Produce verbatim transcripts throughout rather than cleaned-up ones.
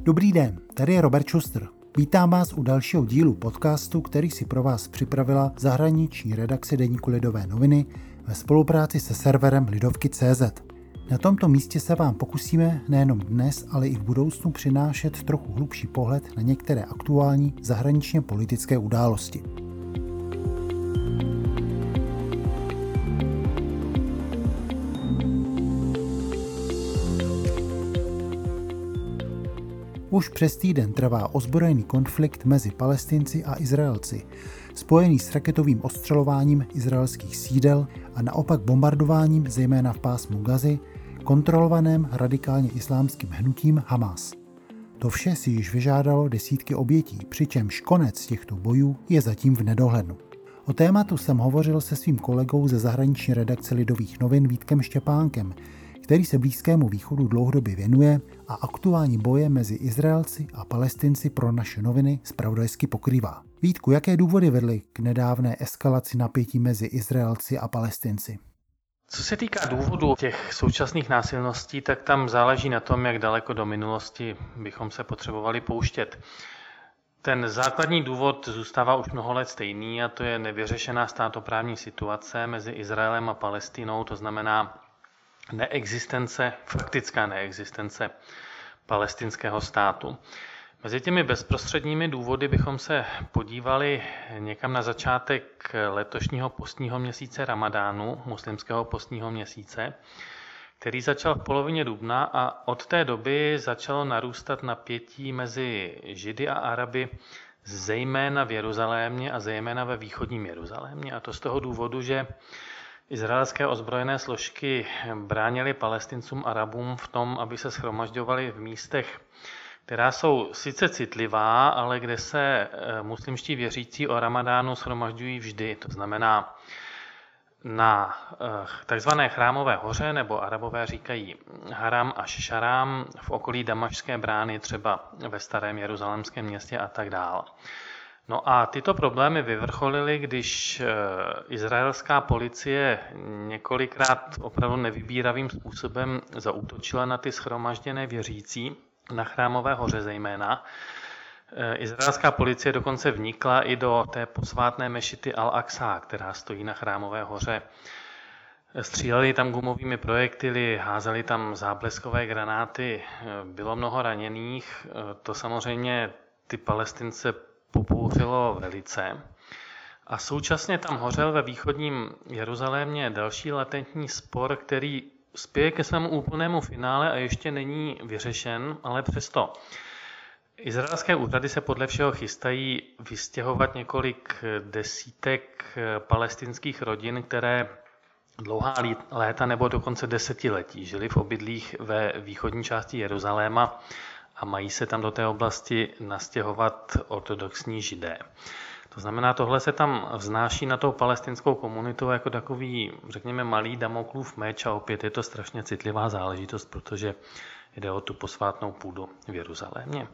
Dobrý den, tady je Robert Schuster. Vítám vás u dalšího dílu podcastu, který si pro vás připravila zahraniční redakce deníku Lidové noviny ve spolupráci se serverem Lidovky tečka cé zet. Na tomto místě se vám pokusíme nejenom dnes, ale i v budoucnu přinášet trochu hlubší pohled na některé aktuální zahraničně politické události. Už přes týden trvá ozbrojený konflikt mezi Palestinci a Izraelci, spojený s raketovým ostřelováním izraelských sídel a naopak bombardováním zejména v pásmu Gazy, kontrolovaném radikálně islámským hnutím Hamas. To vše si již vyžádalo desítky obětí, přičemž konec těchto bojů je zatím v nedohlednu. O tématu jsem hovořil se svým kolegou ze zahraniční redakce Lidových novin Vítkem Štěpánkem, který se Blízkému východu dlouhodobě věnuje a aktuální boje mezi Izraelci a Palestinci pro naše noviny zpravodajsky pokrývá. Vítku, jaké důvody vedly k nedávné eskalaci napětí mezi Izraelci a Palestinci? Co se týká důvodu těch současných násilností, tak tam záleží na tom, jak daleko do minulosti bychom se potřebovali pouštět. Ten základní důvod zůstává už mnoho let stejný a to je nevyřešená státoprávní situace mezi Izraelem a Palestinou, to znamená neexistence, faktická neexistence palestinského státu. Mezi těmi bezprostředními důvody bychom se podívali někam na začátek letošního postního měsíce Ramadánu, muslimského postního měsíce, který začal v polovině dubna a od té doby začalo narůstat napětí mezi Židy a Araby, zejména v Jeruzalémě a zejména ve východním Jeruzalémě. A to z toho důvodu, že izraelské ozbrojené složky bránily Palestincům Arabům v tom, aby se shromažďovali v místech, která jsou sice citlivá, ale kde se muslimští věřící o Ramadánu shromažďují vždy. To znamená na takzvané Chrámové hoře, nebo Arabové říkají Haram a Šarám, v okolí Damašské brány, třeba ve starém jeruzalémském městě a tak dále. No a tyto problémy vyvrcholily, když izraelská policie několikrát opravdu nevybíravým způsobem zaútočila na ty shromažděné věřící, na Chrámové hoře zejména. Izraelská policie dokonce vnikla i do té posvátné mešity Al-Aqsa, která stojí na Chrámové hoře. Stříleli tam gumovými projektily, házeli tam zábleskové granáty, bylo mnoho raněných. To samozřejmě ty Palestince pobouřilo velice. A současně tam hořel ve východním Jeruzalémě další latentní spor, který spěje ke svému úplnému finále a ještě není vyřešen, ale přesto. Izraelské úřady se podle všeho chystají vystěhovat několik desítek palestinských rodin, které dlouhá léta nebo dokonce desetiletí žili v obydlích ve východní části Jeruzaléma a mají se tam do té oblasti nastěhovat ortodoxní Židé. To znamená, tohle se tam vznáší na tou palestinskou komunitu jako takový, řekněme, malý Damoklův meč a opět je to strašně citlivá záležitost, protože jde o tu posvátnou půdu v Jeruzalémě.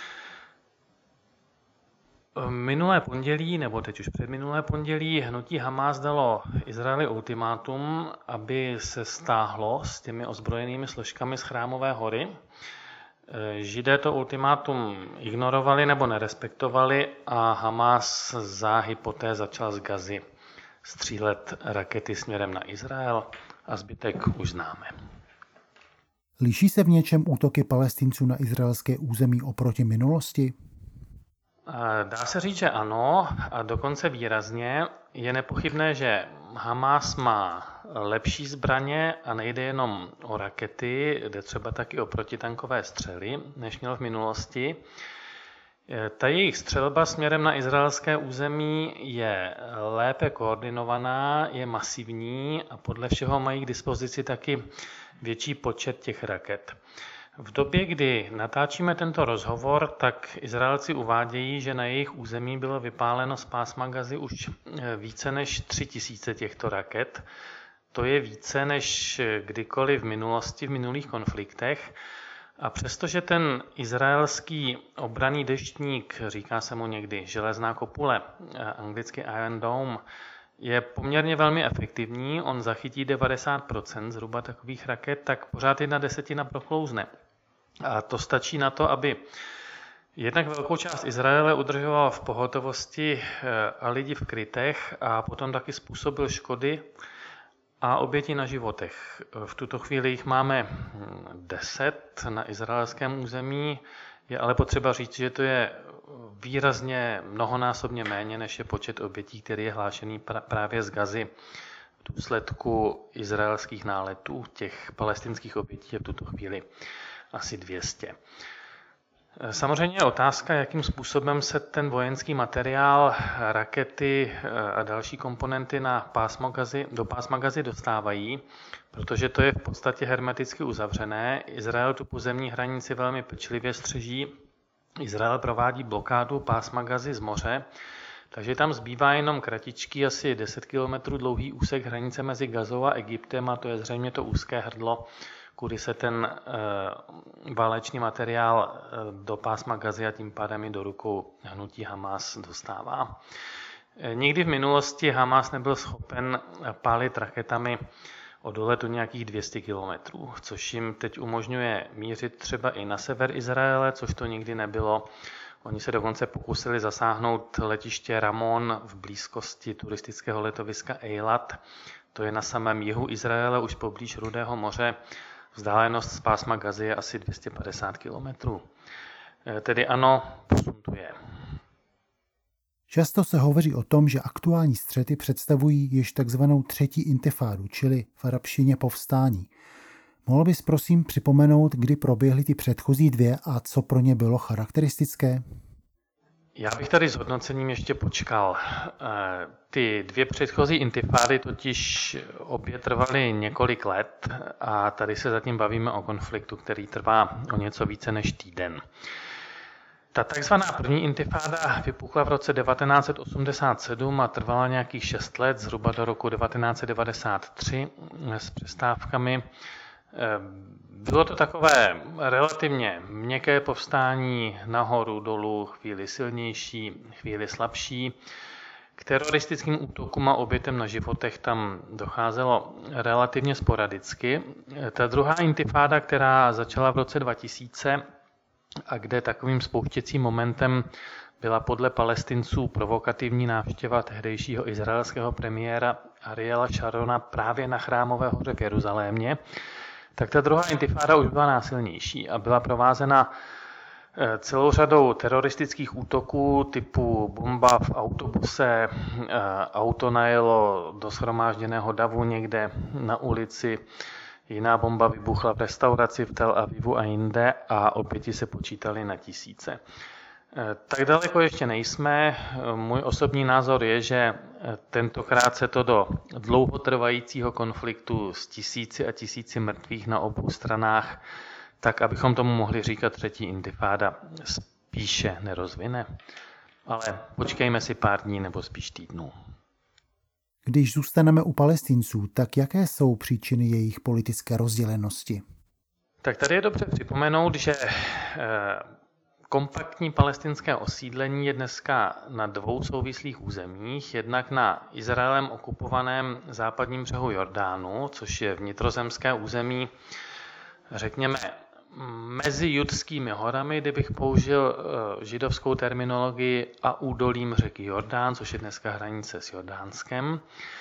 Minulé pondělí, nebo teď už předminulé pondělí, hnutí Hamas dalo Izraeli ultimátum, aby se stáhlo s těmi ozbrojenými složkami z Chrámové hory. Židé to ultimátum ignorovali nebo nerespektovali a Hamas záhy poté začal z Gazy střílet rakety směrem na Izrael a zbytek už známe. Liší se v něčem útoky Palestinců na izraelské území oproti minulosti? Dá se říct, že ano, a dokonce výrazně. Je nepochybné, že Hamas má lepší zbraně a nejde jenom o rakety, jde třeba taky o protitankové střely, než měl v minulosti. Ta jejich střelba směrem na izraelské území je lépe koordinovaná, je masivní a podle všeho mají k dispozici taky větší počet těch raket. V době, kdy natáčíme tento rozhovor, tak Izraelci uvádějí, že na jejich území bylo vypáleno z pásma Gazy už více než tři tisíce těchto raket. To je více než kdykoliv v minulosti, v minulých konfliktech. A přestože ten izraelský obranný deštník, říká se mu někdy železná kopule, anglicky Iron Dome, je poměrně velmi efektivní, on zachytí devadesát procent zhruba takových raket, tak pořád jedna desetina proklouzne. A to stačí na to, aby jednak velkou část Izraele udržoval v pohotovosti a lidi v krytech a potom taky způsobil škody a oběti na životech. V tuto chvíli jich máme deset na izraelském území, je ale potřeba říct, že to je výrazně mnohonásobně méně, než je počet obětí, který je hlášený právě z Gazy v důsledku izraelských náletů. Těch palestinských obětí je v tuto chvíli asi dvě stě. Samozřejmě je otázka, jakým způsobem se ten vojenský materiál, rakety a další komponenty na pásmo Gazy, do pásma Gazy dostávají, protože to je v podstatě hermeticky uzavřené. Izrael tu pozemní hranici velmi pečlivě střeží. Izrael provádí blokádu pásma Gazy z moře, takže tam zbývá jenom kratičký, asi deset kilometrů dlouhý úsek hranice mezi Gazou a Egyptem a to je zřejmě to úzké hrdlo, kudy se ten e, válečný materiál e, do pásma Gazy a tím pádem i do rukou hnutí Hamas dostává. E, nikdy v minulosti Hamas nebyl schopen pálit raketami o doletu nějakých dvě stě kilometrů, což jim teď umožňuje mířit třeba i na sever Izraele, což to nikdy nebylo. Oni se dokonce pokusili zasáhnout letiště Ramon v blízkosti turistického letoviska Eilat. To je na samém jihu Izraele, už poblíž Rudého moře. Vzdálenost z pásma Gazy je asi dvě stě padesát kilometrů. Tedy ano, posun tu je. Často se hovoří o tom, že aktuální střety představují již takzvanou třetí intifádu, čili v arabštině povstání. Mohl bys prosím připomenout, kdy proběhly ty předchozí dvě a co pro ně bylo charakteristické? Já bych tady s hodnocením ještě počkal. Ty dvě předchozí intifády totiž obě trvaly několik let a tady se zatím bavíme o konfliktu, který trvá o něco více než týden. Ta takzvaná první intifáda vypukla v roce devatenáct set osmdesát sedm a trvala nějakých šest let, zhruba do roku devatenáct set devadesát tři s přestávkami. Bylo to takové relativně měkké povstání, nahoru, dolů, chvíli silnější, chvíli slabší. K teroristickým útokům a obětem na životech tam docházelo relativně sporadicky. Ta druhá intifáda, která začala v roce dva tisíce a kde takovým spouštěcím momentem byla podle Palestinců provokativní návštěva tehdejšího izraelského premiéra Ariela Sharona právě na Chrámové hoře v Jeruzalémě, tak ta druhá intifáda už byla násilnější a byla provázena celou řadou teroristických útoků typu bomba v autobuse, auto najelo do shromážděného davu někde na ulici, jiná bomba vybuchla v restauraci v Tel Avivu a jinde a oběti se počítaly na tisíce. Tak daleko ještě nejsme. Můj osobní názor je, že tentokrát se to do dlouhotrvajícího konfliktu s tisíci a tisíci mrtvých na obou stranách, tak abychom tomu mohli říkat třetí intifáda, spíše nerozvine. Ale počkejme si pár dní nebo spíš týdnů. Když zůstaneme u Palestinců, tak jaké jsou příčiny jejich politické rozdělenosti? Tak tady je dobře připomenout, že kompaktní palestinské osídlení je dneska na dvou souvislých územích, jednak na Izraelem okupovaném západním břehu Jordánu, což je vnitrozemské území, řekněme, mezi Judskými horami, kdybych použil židovskou terminologii, a údolím řeky Jordán, což je dneska hranice s Jordánskem.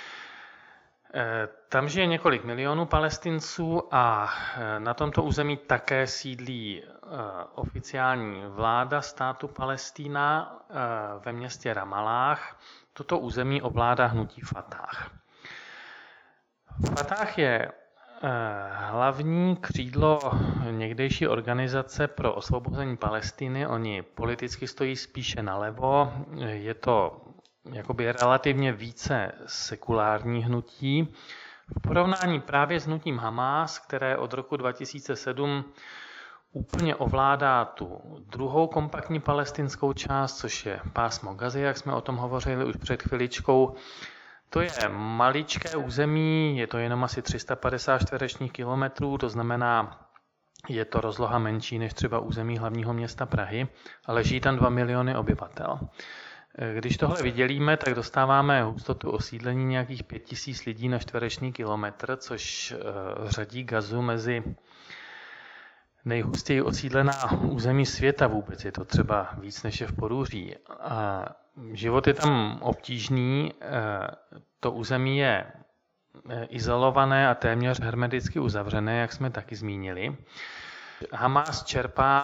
Tam žije několik milionů Palestinců a na tomto území také sídlí oficiální vláda státu Palestína ve městě Ramalách. Toto území ovládá hnutí Fatah. Fatah je hlavní křídlo někdejší organizace pro osvobození Palestiny. Oni politicky stojí spíše nalevo. Je to jakoby relativně více sekulární hnutí. V porovnání právě s hnutím Hamas, které od roku dva tisíce sedm úplně ovládá tu druhou kompaktní palestinskou část, což je pásmo Gazy, jak jsme o tom hovořili už před chviličkou. To je maličké území, je to jenom asi tři sta padesát čtverečních kilometrů, to znamená, je to rozloha menší než třeba území hlavního města Prahy, ale žijí tam dva miliony obyvatel. Když tohle vydělíme, tak dostáváme hustotu osídlení nějakých pět tisíc lidí na čtvereční kilometr, což řadí Gazu mezi nejhustěji osídlená území světa vůbec. Je to třeba víc než je v Porúří. A život je tam obtížný, to území je izolované a téměř hermeticky uzavřené, jak jsme taky zmínili. Hamás čerpá,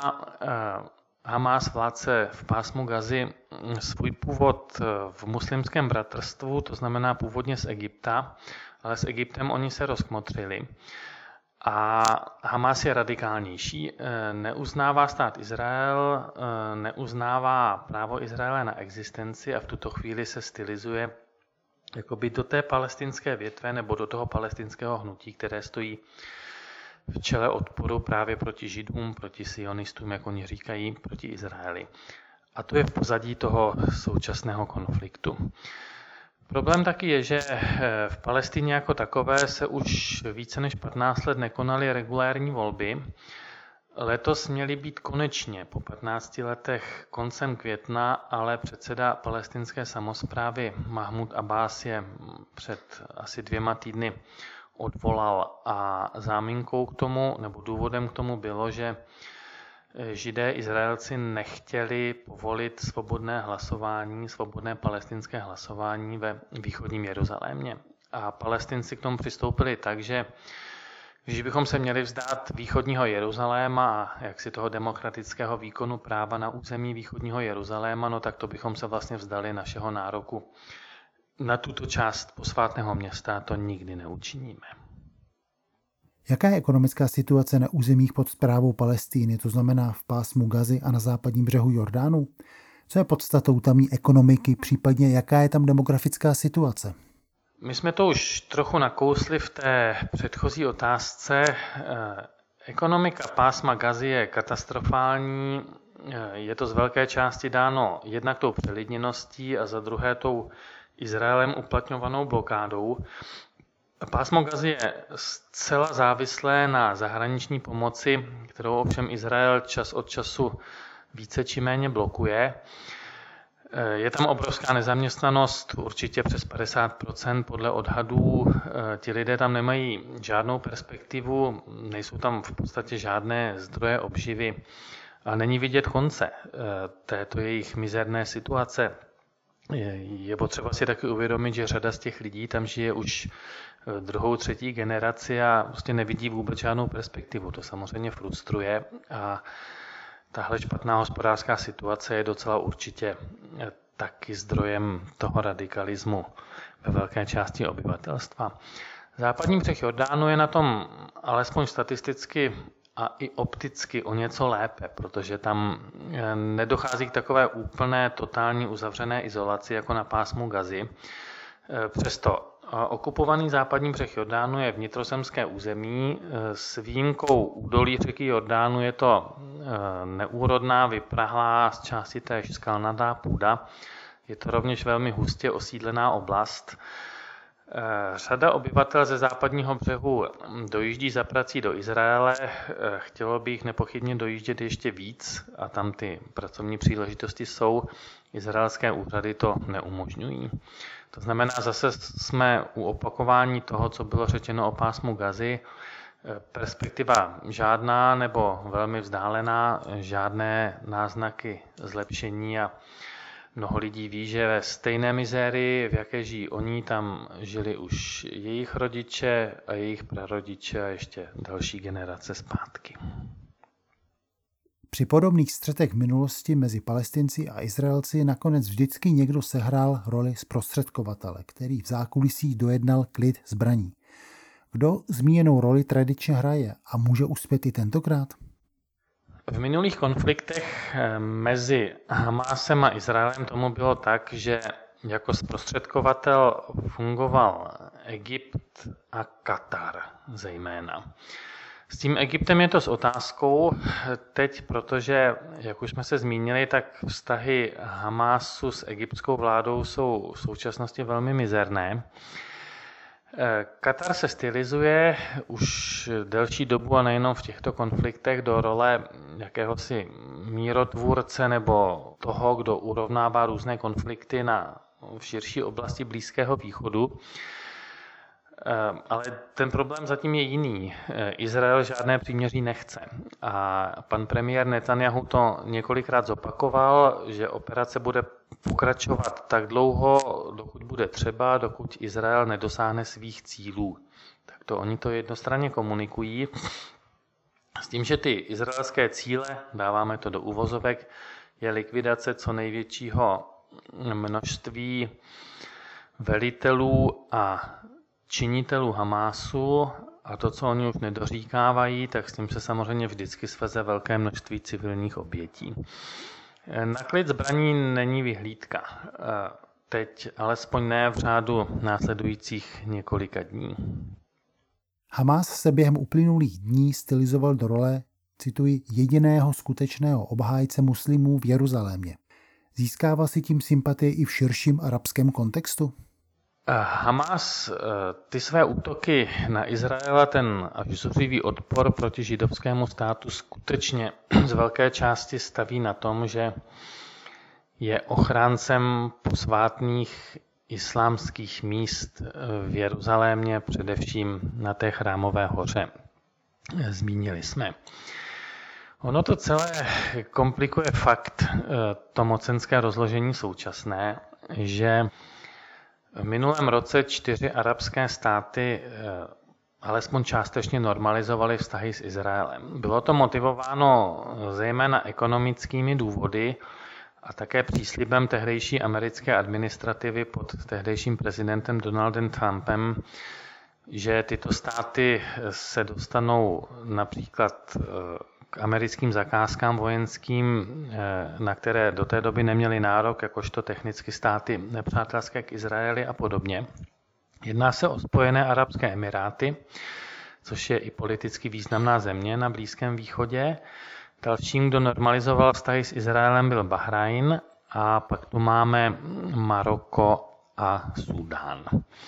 Hamás vládce v pásmu Gazy svůj původ v muslimském bratrstvu, to znamená původně z Egypta, ale s Egyptem oni se rozkmotřili. A Hamás je radikálnější, neuznává stát Izrael, neuznává právo Izraele na existenci a v tuto chvíli se stylizuje jakoby do té palestinské větve nebo do toho palestinského hnutí, které stojí v čele odporu právě proti Židům, proti sionistům, jak oni říkají, proti Izraeli. A to je v pozadí toho současného konfliktu. Problém taky je, že v Palestině jako takové se už více než patnáct let nekonaly regulární volby. Letos měly být konečně po patnácti letech koncem května, ale předseda palestinské samosprávy Mahmud Abbas je před asi dvěma týdny odvolal a záminkou k tomu, nebo důvodem k tomu bylo, že Židé Izraelci nechtěli povolit svobodné hlasování, svobodné palestinské hlasování ve východním Jeruzalémě. A Palestinci k tomu přistoupili tak, že když bychom se měli vzdát východního Jeruzaléma a jaksi toho demokratického výkonu práva na území východního Jeruzaléma, no tak to bychom se vlastně vzdali našeho nároku na tuto část posvátného města, to nikdy neučiníme. Jaká je ekonomická situace na územích pod správou Palestiny, to znamená v pásmu Gazy a na západním břehu Jordánu? Co je podstatou tamní ekonomiky, případně jaká je tam demografická situace? My jsme to už trochu nakousli v té předchozí otázce. Ekonomika pásma Gazy je katastrofální, je to z velké části dáno jednak tou přelidněností a za druhé tou Izraelem uplatňovanou blokádou. Pásmo Gazy je zcela závislé na zahraniční pomoci, kterou ovšem Izrael čas od času více či méně blokuje. Je tam obrovská nezaměstnanost, určitě přes padesát procent podle odhadů. Ti lidé tam nemají žádnou perspektivu, nejsou tam v podstatě žádné zdroje obživy a není vidět konce této jejich mizerné situace. Je potřeba si taky uvědomit, že řada z těch lidí tam žije už druhou, třetí generaci a prostě nevidí vůbec žádnou perspektivu. To samozřejmě frustruje a tahle špatná hospodářská situace je docela určitě taky zdrojem toho radikalismu ve velké části obyvatelstva. Západní břeh Jordánu je na tom alespoň statisticky a i opticky o něco lépe, protože tam nedochází k takové úplné, totální uzavřené izolaci jako na pásmu Gazy. Přesto okupovaný západní břeh Jordánu je vnitrozemské území. S výjimkou údolí řeky Jordánu je to neúrodná, vyprahlá z části též skalnatá půda. Je to rovněž velmi hustě osídlená oblast. Řada obyvatel ze západního břehu dojíždí za prací do Izraele. Chtělo by jich nepochybně dojíždět ještě víc a tam ty pracovní příležitosti jsou. Izraelské úřady to neumožňují. To znamená, zase jsme u opakování toho, co bylo řečeno o pásmu Gazy. Perspektiva žádná nebo velmi vzdálená, žádné náznaky zlepšení a mnoho lidí ví, že ve stejné mizérii, v jaké žijí oni, tam žili už jejich rodiče a jejich prarodiče a ještě další generace zpátky. Při podobných střetech v minulosti mezi Palestinci a Izraelci nakonec vždycky někdo sehrál roli zprostředkovatele, který v zákulisí dojednal klid zbraní. Kdo zmíněnou roli tradičně hraje a může uspět i tentokrát? V minulých konfliktech mezi Hamásem a Izraelem tomu bylo tak, že jako zprostředkovatel fungoval Egypt a Katar zejména. S tím Egyptem je to s otázkou teď, protože, jak už jsme se zmínili, tak vztahy Hamásu s egyptskou vládou jsou v současnosti velmi mizerné. Katar se stylizuje už delší dobu a nejenom v těchto konfliktech do role jakéhosi mírotvůrce nebo toho, kdo urovnává různé konflikty na v širší oblasti Blízkého východu. Ale ten problém zatím je jiný. Izrael žádné příměří nechce. A pan premiér Netanjahu to několikrát zopakoval, že operace bude pokračovat tak dlouho, dokud bude třeba, dokud Izrael nedosáhne svých cílů. Tak to oni to jednostranně komunikují. S tím, že ty izraelské cíle, dáváme to do uvozovek, je likvidace co největšího množství velitelů a činitelů Hamásu, a to, co oni už nedoříkávají, tak s tím se samozřejmě vždycky sveze velké množství civilních obětí. Na klid zbraní není vyhlídka. Teď alespoň ne v řádu následujících několika dní. Hamás se během uplynulých dní stylizoval do role, cituji, jediného skutečného obhájce muslimů v Jeruzalémě. Získává si tím sympatie i v širším arabském kontextu? Hamás ty své útoky na Izraela, ten až zuřivý odpor proti židovskému státu skutečně z velké části staví na tom, že je ochráncem posvátných islámských míst v Jeruzalémě, především na té Chrámové hoře. Zmínili jsme. Ono to celé komplikuje fakt, to mocenské rozložení současné, že v minulém roce čtyři arabské státy alespoň částečně normalizovaly vztahy s Izraelem. Bylo to motivováno zejména ekonomickými důvody a také příslibem tehdejší americké administrativy pod tehdejším prezidentem Donaldem Trumpem, že tyto státy se dostanou například k americkým zakázkám vojenským, na které do té doby neměli nárok, jakožto technicky státy nepřátelské k Izraeli a podobně. Jedná se o Spojené arabské emiráty, což je i politicky významná země na Blízkém východě. Dalším, kdo normalizoval vztahy s Izraelem, byl Bahrajn a pak tu máme Maroko a Súdán.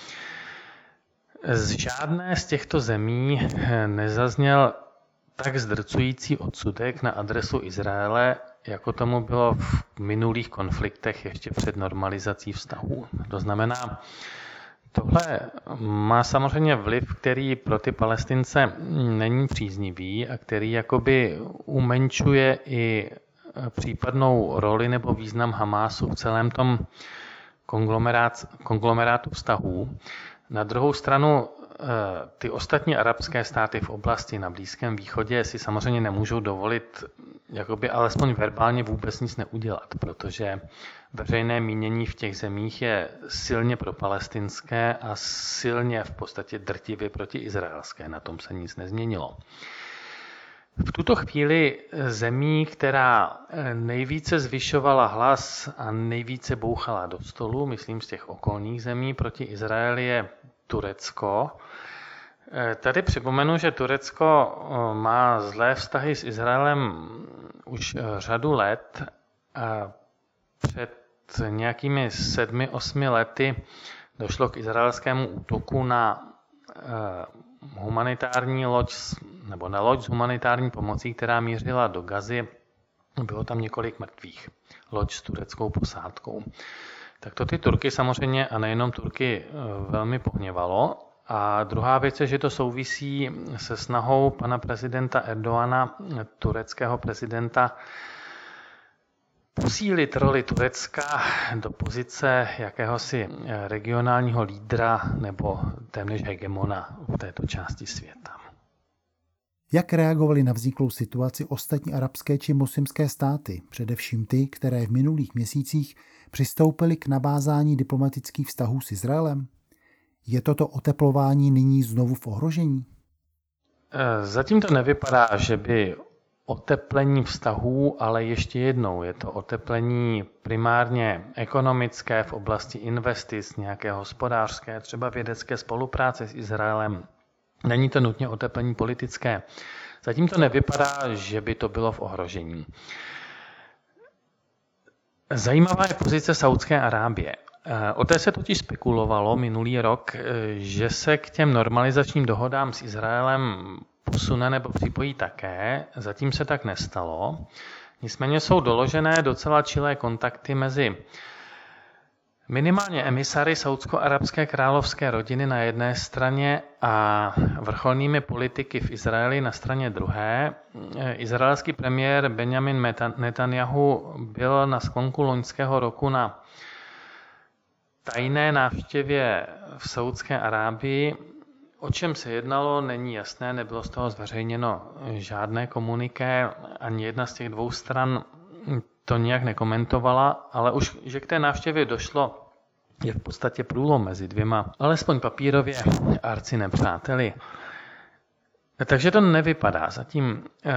Z žádné z těchto zemí nezazněl tak zdrcující odsudek na adresu Izraele, jako tomu bylo v minulých konfliktech ještě před normalizací vztahů. To znamená, tohle má samozřejmě vliv, který pro ty Palestince není příznivý a který jakoby umenčuje i případnou roli nebo význam Hamásu v celém tom konglomerátu vztahů. Na druhou stranu ty ostatní arabské státy v oblasti na Blízkém východě si samozřejmě nemůžou dovolit jakoby alespoň verbálně vůbec nic neudělat, protože veřejné mínění v těch zemích je silně propalestinské a silně v podstatě drtivě protiizraelské. Na tom se nic nezměnilo. V tuto chvíli zemí, která nejvíce zvyšovala hlas a nejvíce bouchala do stolu, myslím z těch okolních zemí proti Izraeli, je Turecko. Tady připomenu, že Turecko má zlé vztahy s Izraelem už řadu let. Před nějakými sedmi, osmi lety došlo k izraelskému útoku na humanitární loď, nebo na loď s humanitární pomocí, která mířila do Gazy. Bylo tam několik mrtvých. Loď s tureckou posádkou. Tak to ty Turky samozřejmě, a nejenom Turky, velmi pohněvalo. A druhá věc je, že to souvisí se snahou pana prezidenta Erdoana, tureckého prezidenta, posílit roli Turecka do pozice jakéhosi regionálního lídra nebo téměř hegemona v této části světa. Jak reagovaly na vzniklou situaci ostatní arabské či muslimské státy, především ty, které v minulých měsících přistoupily k navázání diplomatických vztahů s Izraelem? Je toto oteplování nyní znovu v ohrožení? Zatím to nevypadá, že by oteplení vztahů, ale ještě jednou je to oteplení primárně ekonomické v oblasti investic, nějaké hospodářské, třeba vědecké spolupráce s Izraelem. Není to nutně oteplení politické. Zatím to nevypadá, že by to bylo v ohrožení. Zajímavá je pozice Saúdské Arábie. O té se totiž spekulovalo minulý rok, že se k těm normalizačním dohodám s Izraelem posune nebo připojí také. Zatím se tak nestalo. Nicméně jsou doložené docela čilé kontakty mezi Minimálně emisary saúdsko-arabské královské rodiny na jedné straně a vrcholnými politiky v Izraeli na straně druhé. Izraelský premiér Benjamin Netanyahu byl na sklonku loňského roku na tajné návštěvě v Saúdské Arábii. O čem se jednalo, není jasné, nebylo z toho zveřejněno žádné komuniké, ani jedna z těch dvou stran to nijak nekomentovala, ale už, že k té návštěvě došlo, je v podstatě průlom mezi dvěma, alespoň papírově, arci nepřáteli. Takže to nevypadá. Zatím eh,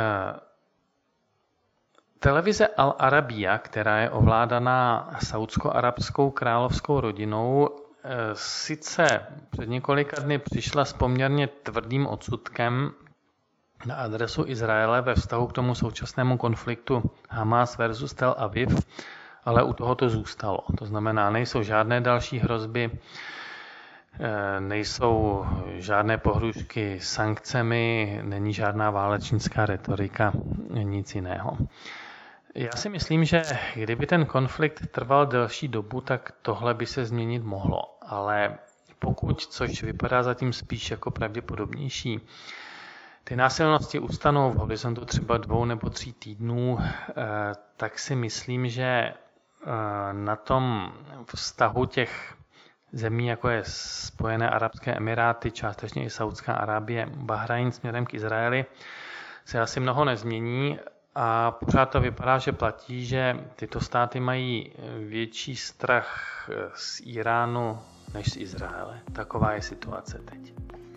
televize Al Arabiya, která je ovládaná saúdsko-arabskou královskou rodinou, eh, sice před několika dny přišla s poměrně tvrdým odsudkem na adresu Izraele ve vztahu k tomu současnému konfliktu Hamas versus Tel Aviv, ale u toho to zůstalo. To znamená, nejsou žádné další hrozby, nejsou žádné pohrůžky sankcemi, není žádná válečnická retorika, nic jiného. Já si myslím, že kdyby ten konflikt trval delší dobu, tak tohle by se změnit mohlo. Ale pokud, což vypadá zatím spíš jako pravděpodobnější, ty násilnosti ustanou v horizontu třeba dvou nebo tří týdnů, tak si myslím, že na tom vztahu těch zemí, jako je Spojené arabské emiráty, částečně i Saúdská Arábie, Bahrajn směrem k Izraeli, se asi mnoho nezmění a pořád to vypadá, že platí, že tyto státy mají větší strach z Iránu než z Izraele. Taková je situace teď.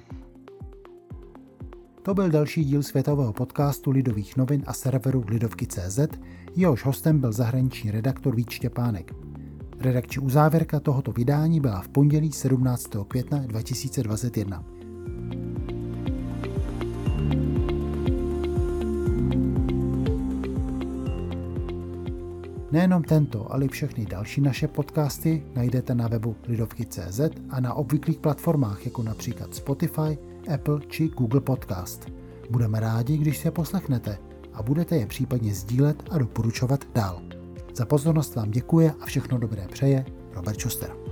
To byl další díl světového podcastu Lidových novin a serveru Lidovky tečka cé zet, jehož hostem byl zahraniční redaktor Vít Štěpánek. Redakční uzávěrka tohoto vydání byla v pondělí sedmnáctého května dva tisíce dvacet jedna. Nejenom tento, ale i všechny další naše podcasty najdete na webu Lidovky tečka cé zet a na obvyklých platformách, jako například Spotify, Apple či Google Podcast. Budeme rádi, když si je poslechnete a budete je případně sdílet a doporučovat dál. Za pozornost vám děkuje a všechno dobré přeje Robert Schuster.